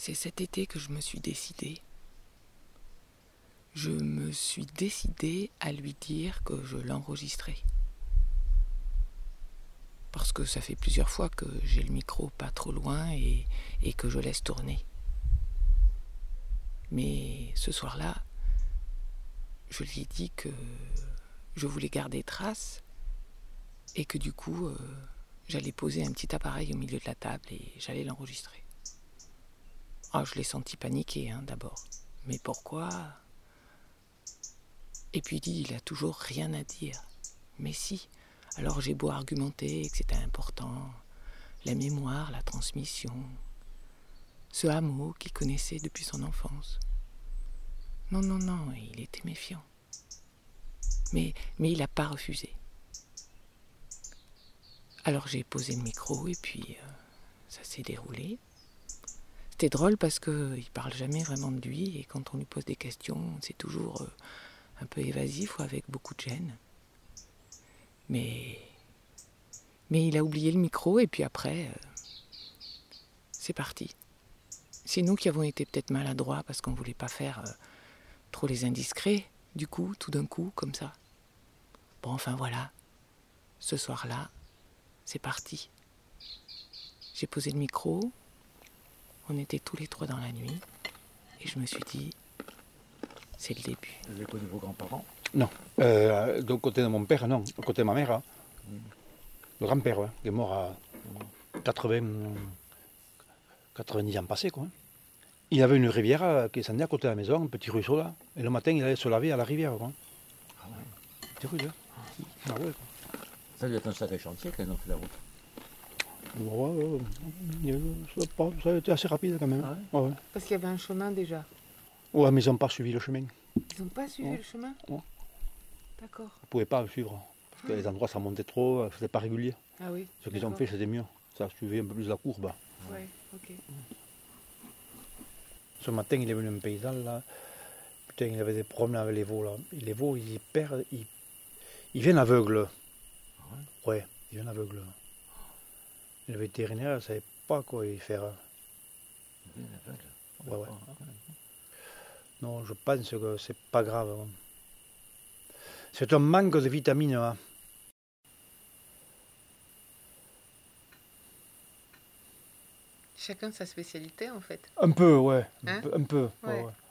C'est cet été que je me suis décidée. Je me suis décidée à lui dire que je l'enregistrais. Parce que ça fait plusieurs fois que j'ai le micro pas trop loin et que je laisse tourner. Mais ce soir-là, je lui ai dit que je voulais garder trace et que du coup, j'allais poser un petit appareil au milieu de la table et j'allais l'enregistrer. Ah, je l'ai senti paniquer d'abord. Mais pourquoi ? Et puis il dit, il a toujours rien à dire. Mais si. Alors j'ai beau argumenter que c'était important, la mémoire, la transmission, ce hameau qu'il connaissait depuis son enfance. Non, il était méfiant. Mais il n'a pas refusé. Alors j'ai posé le micro et puis ça s'est déroulé. C'était drôle parce qu'il ne parle jamais vraiment de lui et quand on lui pose des questions, c'est toujours un peu évasif ou avec beaucoup de gêne. Mais il a oublié le micro et puis après, c'est parti. C'est nous qui avons été peut-être maladroits parce qu'on ne voulait pas faire trop les indiscrets, du coup, tout d'un coup, comme ça. Bon, enfin voilà, ce soir-là, c'est parti. J'ai posé le micro, on était tous les trois dans la nuit, et je me suis dit, c'est le début. Vous avez connu vos grands-parents ? Non. Du côté de mon père, non. Du côté de ma mère, le grand-père, qui est mort à 90 ans passés, quoi. Il y avait une rivière qui descendait à côté de la maison, un petit ruisseau là, et le matin il allait se laver à la rivière, quoi. Ah ouais. C'était rude, hein. Ah ouais, quoi. Ça doit être un sacré chantier quand ils ont fait la route. Ça a été assez rapide quand même. Ah ouais. Ouais. Parce qu'il y avait un chemin déjà. Ouais, mais ils n'ont pas suivi le chemin. Ils n'ont pas suivi le chemin ? Ouais. D'accord. Ils ne pouvaient pas le suivre. Parce que les endroits ça montait trop, c'était pas régulier. Ah oui. Ce qu'ils ont fait, c'était mieux. Ça suivait un peu plus la courbe. Ouais, ok. Ce matin, il est venu un paysan là. Putain, il avait des problèmes avec les veaux là. Et les veaux, ils perdent. Ils viennent aveugles. Ah ouais. Ouais, ils viennent aveugles. Le vétérinaire ne savait pas quoi y faire. Bien aveugle. Ouais. Non, je pense que c'est pas grave. C'est un manque de vitamine A. Chacun sa spécialité en fait. Un peu, ouais. Hein ? Un peu. Ouais. Ouais.